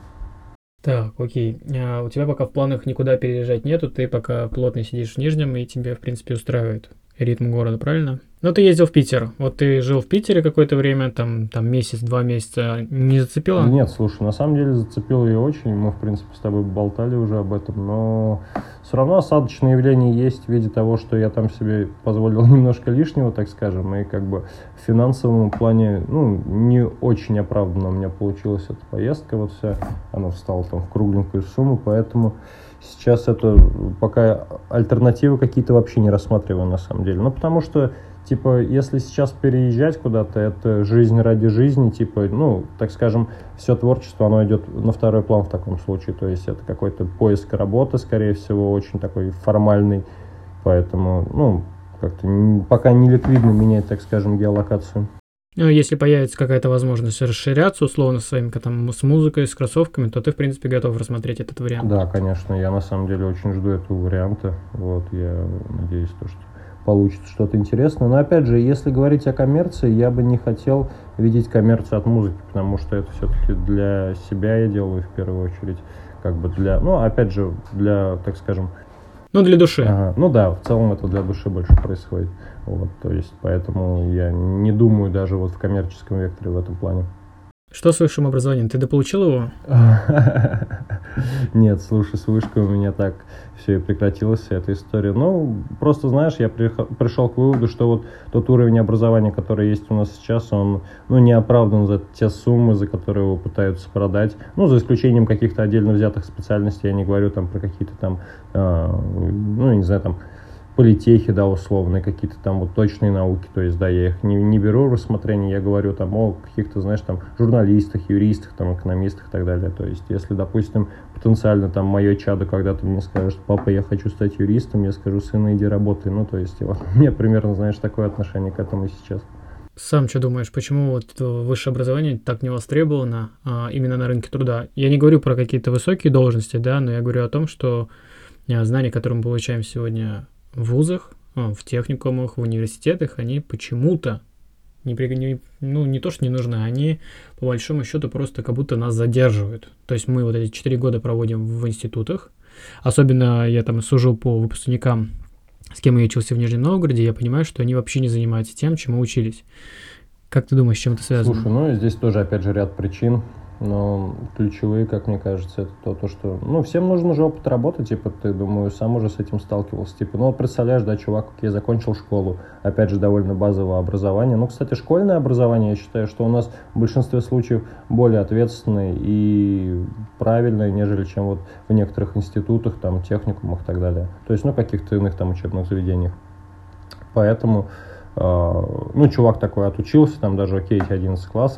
Так, окей. А у тебя пока в планах никуда переезжать нету, ты пока плотно сидишь в Нижнем, и тебе, в принципе, устраивает ритм города, правильно? Ну, ты ездил в Питер. Вот ты жил в Питере какое-то время, там, там месяц, два месяца. Не зацепило? Нет, слушай, на самом деле зацепило ее очень. Мы, в принципе, с тобой болтали уже об этом, но все равно осадочное явление есть в виде того, что я там себе позволил немножко лишнего, так скажем, и как бы в финансовом плане, ну, не очень оправданно у меня получилась эта поездка, вот вся, она встала там в кругленькую сумму, поэтому сейчас это пока альтернативы какие-то вообще не рассматриваю на самом деле. Ну, потому что, типа, если сейчас переезжать куда-то, это жизнь ради жизни, типа, ну, так скажем, все творчество, оно идет на второй план в таком случае. То есть это какой-то поиск работы, скорее всего, очень такой формальный. Поэтому, ну, как-то не, пока не ликвидно менять, так скажем, геолокацию. Ну, если появится какая-то возможность расширяться, условно, своими там, с музыкой, с кроссовками, то ты, в принципе, готов рассмотреть этот вариант. Да, конечно, я на самом деле очень жду этого варианта. Вот, я надеюсь, то, что получится что-то интересное. Но опять же, если говорить о коммерции, я бы не хотел видеть коммерцию от музыки, потому что это все-таки для себя я делаю в первую очередь, как бы для, ну, опять же, для, так скажем... Ну, для души. Ага, ну да, в целом это для души больше происходит. Вот, то есть, поэтому я не думаю даже вот в коммерческом векторе в этом плане. Что с высшим образованием? Ты дополучил его? Нет, слушай, с вышкой у меня так все и прекратилась вся эта история. Ну, просто, знаешь, я пришел к выводу, что вот тот уровень образования, который есть у нас сейчас, он, ну, не оправдан за те суммы, за которые его пытаются продать. Ну, за исключением каких-то отдельно взятых специальностей, я не говорю там про какие-то там, э, ну, не знаю, там, политехи, да, условные, какие-то там вот точные науки, то есть, да, я их не, не беру в рассмотрение, я говорю там о каких-то, знаешь, там, журналистах, юристах, там, экономистах и так далее, то есть, если, допустим, потенциально там мое чадо когда-то мне скажет, папа, я хочу стать юристом, я скажу, сын, иди работай, ну, то есть, вот, у меня примерно, знаешь, такое отношение к этому сейчас. Сам что думаешь, почему вот высшее образование так не востребовано а, именно на рынке труда? Я не говорю про какие-то высокие должности, да, но я говорю о том, что знания, которые мы получаем сегодня в вузах, в техникумах, в университетах, они почему-то не, не, ну, не то, что не нужны, они по большому счету просто как будто нас задерживают. То есть мы вот эти четыре года проводим в институтах, особенно я там сужу по выпускникам, с кем я учился в Нижнем Новгороде, я понимаю, что они вообще не занимаются тем, чему учились. Как ты думаешь, с чем это связано? Слушай, ну здесь тоже, опять же, ряд причин. Но ключевые, как мне кажется, это то, то, что, ну, всем нужен же опыт работы, типа, ты, думаю, сам уже с этим сталкивался, типа, ну, вот представляешь, да, чувак, я закончил школу, опять же, довольно базового образования, ну, кстати, школьное образование, я считаю, что у нас в большинстве случаев более ответственное и правильное, нежели чем вот в некоторых институтах, там, техникумах и так далее, то есть, ну, каких-то иных там учебных заведениях, поэтому, э, ну, чувак такой отучился, там, даже, окей, эти одиннадцать классов,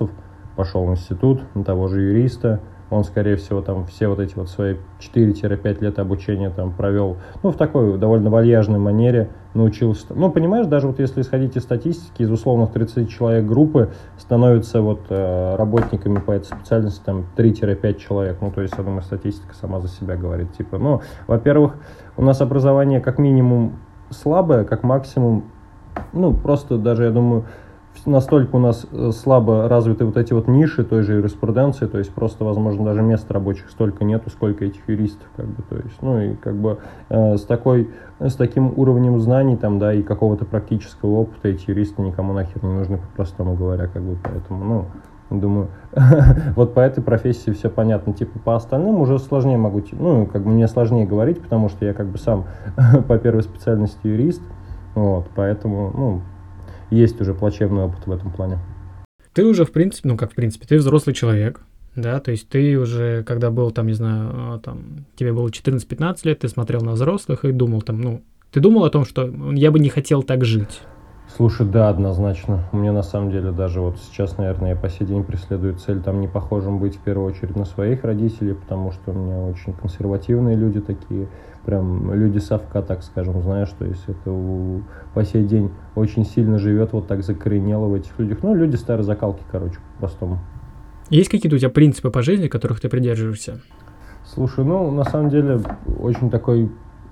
пошел в институт на того же юриста. Он, скорее всего, там все вот эти вот свои четыре-пять лет обучения там провел, ну, в такой довольно вальяжной манере, научился. Ну, понимаешь, даже вот если исходить из статистики, из условных тридцати человек группы становятся вот э, работниками по этой специальности там три-пять человек. Ну, то есть, я думаю, статистика сама за себя говорит. Типа, ну, во-первых, у нас образование как минимум слабое, как максимум, ну, просто даже, я думаю, настолько у нас слабо развиты вот эти вот ниши той же юриспруденции, то есть просто, возможно, даже мест рабочих столько нету, сколько этих юристов, как бы, то есть, ну и как бы э, с такой, с таким уровнем знаний там, да, и какого-то практического опыта эти юристы никому нахер не нужны, по-простому говоря, как бы, поэтому, ну, думаю, вот по этой профессии все понятно, типа по остальным уже сложнее могу, ну, как бы мне сложнее говорить, потому что я как бы сам по первой специальности юрист, вот, поэтому, ну, есть уже плачевный опыт в этом плане. Ты уже, в принципе, ну как в принципе, ты взрослый человек, да, то есть ты уже, когда был там, не знаю, там, тебе было четырнадцать-пятнадцать лет, ты смотрел на взрослых и думал там, ну, ты думал о том, что я бы не хотел так жить? Слушай, да, однозначно. У меня на самом деле даже вот сейчас, наверное, я по сей день преследую цель там не похожим быть в первую очередь на своих родителей, потому что у меня очень консервативные люди такие, прям люди совка, так скажем, знаешь, то есть это у, по сей день очень сильно живет, вот так закоренело в этих людях. Ну, люди старой закалки, короче, по-простому. Есть какие-то у тебя принципы по жизни, которых ты придерживаешься? Слушай, ну, на самом деле, очень такой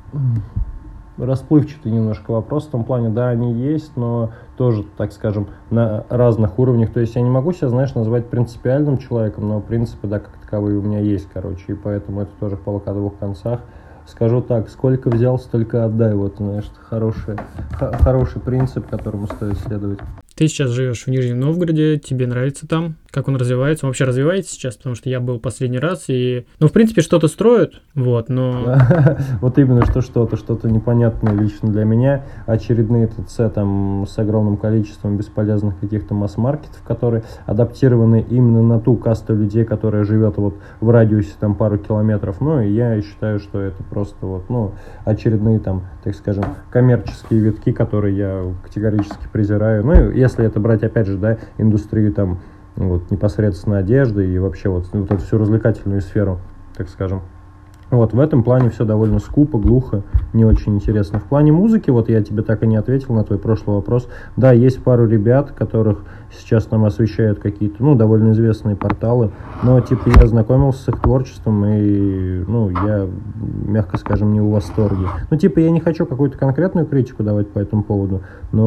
расплывчатый немножко вопрос в том плане, да, они есть, но тоже, так скажем, на разных уровнях. То есть я не могу себя, знаешь, назвать принципиальным человеком, но принципы, да, как таковые у меня есть, короче, и поэтому это тоже палка о двух концах. Скажу так, сколько взял, столько отдай, вот, знаешь, хороший, х- хороший принцип, которому стоит следовать. Ты сейчас живешь в Нижнем Новгороде, тебе нравится там? Как он развивается? Он вообще развивается сейчас? Потому что я был последний раз и... Ну, в принципе, что-то строят, вот, но... Вот именно, что что-то, что-то непонятное лично для меня. Очередные ТЦ там с огромным количеством бесполезных каких-то масс-маркетов, которые адаптированы именно на ту касту людей, которая живет вот в радиусе там пару километров. Ну, и я считаю, что это просто вот, ну, очередные там, так скажем, коммерческие витки, которые я категорически презираю. Ну, и если это брать, опять же, да, индустрию там, вот, непосредственно одежды и вообще вот, вот эту всю развлекательную сферу, так скажем. Вот, в этом плане все довольно скупо, глухо, не очень интересно. В плане музыки, вот я тебе так и не ответил на твой прошлый вопрос. Да, есть пару ребят, которых сейчас нам освещают какие-то, ну, довольно известные порталы, но, типа, я знакомился с их творчеством, и, ну, я, мягко скажем, не в восторге. Ну, типа, я не хочу какую-то конкретную критику давать по этому поводу,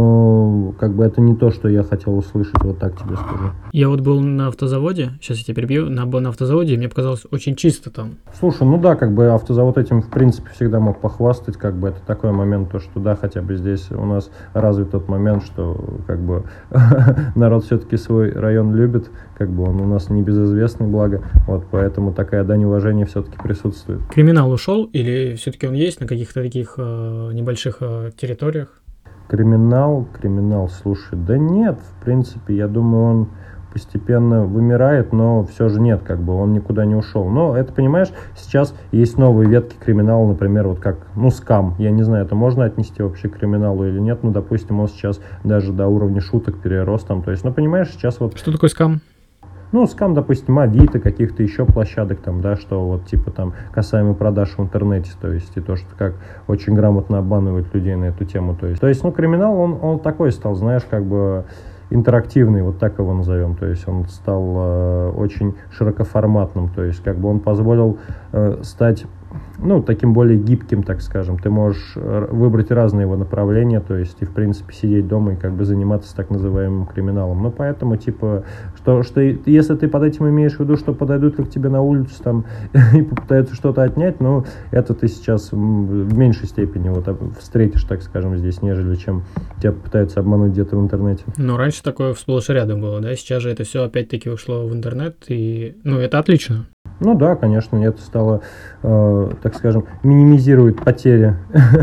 но, как бы, это не то, что я хотел услышать, вот так тебе скажу. Я вот был на автозаводе, сейчас я тебя перебью, на, на автозаводе, и мне показалось очень чисто там. Слушай, ну да, как бы автозавод этим, в принципе, всегда мог похвастать, как бы это такой момент, то, что да, хотя бы здесь у нас развит тот момент, что, как бы, народ все-таки свой район любит, как бы он у нас не безызвестный, благо, вот, поэтому такая дань уважения все-таки присутствует. Криминал ушел или все-таки он есть на каких-то таких э, небольших э, территориях? Криминал, криминал, слушай, да нет, в принципе, я думаю, он постепенно вымирает, но все же нет, как бы он никуда не ушел. Но это, понимаешь, сейчас есть новые ветки криминала, например, вот как, ну, скам. Я не знаю, это можно отнести вообще к криминалу или нет, ну, допустим, он сейчас даже до уровня шуток перерос там, то есть, ну, понимаешь, сейчас вот... Что такое скам? Ну, скам, допустим, Авито, каких-то еще площадок там, да, что вот типа там касаемо продаж в интернете, то есть и то, что как очень грамотно обманывают людей на эту тему, то есть. То есть, ну, криминал, он, он такой стал, знаешь, как бы интерактивный, вот так его назовем, то есть он стал э, очень широкоформатным, то есть как бы он позволил э, стать, ну, таким более гибким, так скажем. Ты можешь выбрать разные его направления, то есть и, в принципе, сидеть дома и как бы заниматься так называемым криминалом. Ну, поэтому, типа, что, что если ты под этим имеешь в виду, что подойдут к тебе на улицу там и попытаются что-то отнять, ну, это ты сейчас в меньшей степени вот встретишь, так скажем, здесь, нежели чем тебя попытаются обмануть где-то в интернете. Ну, раньше такое сплошь и рядом было, да? Сейчас же это все опять-таки ушло в интернет, и, ну, это отлично. Ну да, конечно, это стало, э, так скажем, минимизирует потери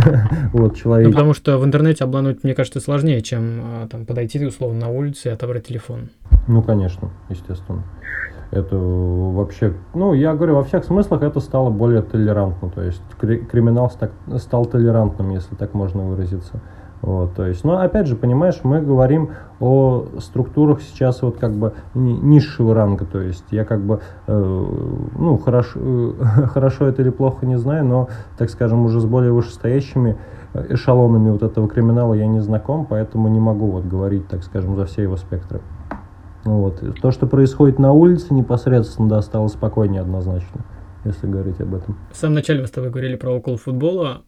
вот, человека. Ну, потому что в интернете обмануть, мне кажется, сложнее, чем там подойти, условно, на улице и отобрать телефон. Ну, конечно, естественно. это вообще, ну, я говорю, во всех смыслах это стало более толерантно, то есть кри- криминал стак, стал толерантным, если так можно выразиться. Вот, то есть, но опять же, понимаешь, мы говорим о структурах сейчас вот как бы низшего ранга, то есть я как бы, э, ну, хорошо, э, хорошо это или плохо, не знаю, но, так скажем, уже с более вышестоящими эшелонами вот этого криминала я не знаком, поэтому не могу вот говорить, так скажем, за все его спектры. Вот. То, что происходит на улице непосредственно, да, стало спокойнее однозначно, если говорить об этом. В самом начале мы с тобой говорили про около футбола.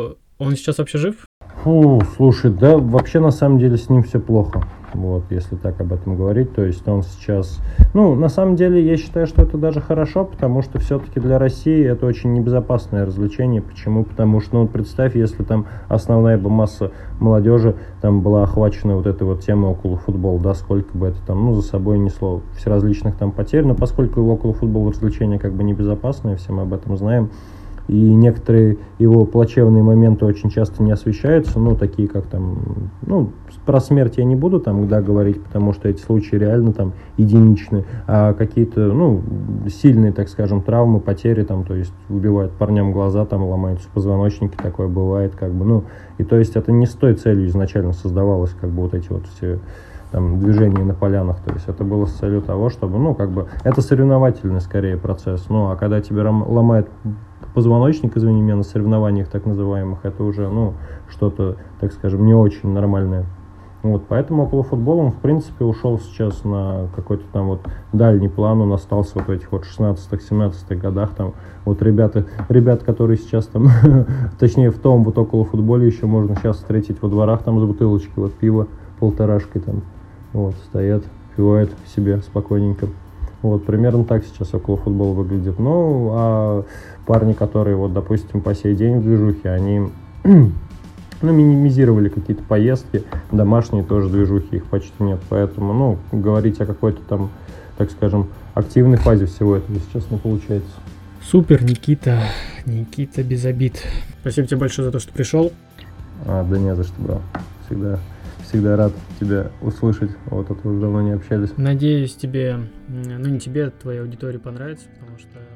Он сейчас вообще жив? Фу, слушай, да, вообще на самом деле с ним все плохо, вот, если так об этом говорить, то есть он сейчас, ну, на самом деле я считаю, что это даже хорошо, потому что все-таки для России это очень небезопасное развлечение, почему? Потому что, ну, представь, если там основная бы масса молодежи там была охвачена вот этой вот темой около футбола, да, сколько бы это там, ну, за собой несло всеразличных там потерь, но поскольку около футбола развлечение как бы небезопасное, все мы об этом знаем, и некоторые его плачевные моменты очень часто не освещаются, ну, такие как там, ну, про смерть я не буду там, да, говорить, потому что эти случаи реально там единичны, а какие-то, ну, сильные, так скажем, травмы, потери там, то есть убивают парням глаза, там ломаются позвоночники, такое бывает, как бы, ну, и то есть это не с той целью изначально создавалось, как бы вот эти вот все там движения на полянах, то есть это было с целью того, чтобы, ну, как бы, это соревновательный скорее процесс, ну, а когда тебе ломают позвоночник, извини меня, на соревнованиях так называемых, это уже, ну, что-то, так скажем, не очень нормальное. Вот, поэтому около футбола он, в принципе, ушел сейчас на какой-то там вот дальний план, он остался вот в этих вот шестнадцатых-семнадцатых годах, там, вот ребята, ребят, которые сейчас там, точнее, в том вот около футболе еще можно сейчас встретить во дворах, там, с бутылочкой, вот, пиво полторашкой там, вот, стоят, пивают себе спокойненько. Вот, примерно так сейчас около футбола выглядит. Ну, а парни, которые, вот, допустим, по сей день в движухе, они, ну, минимизировали какие-то поездки, домашние тоже движухи, их почти нет. Поэтому, ну, говорить о какой-то там, так скажем, активной фазе всего этого сейчас не получается. Супер, Никита. Никита без обид. Спасибо тебе большое за то, что пришел. А, да не за что, брат. Всегда... Всегда рад тебя услышать, вот, а то уже давно не общались. Надеюсь, тебе, ну не тебе, твоей аудитории понравится, потому что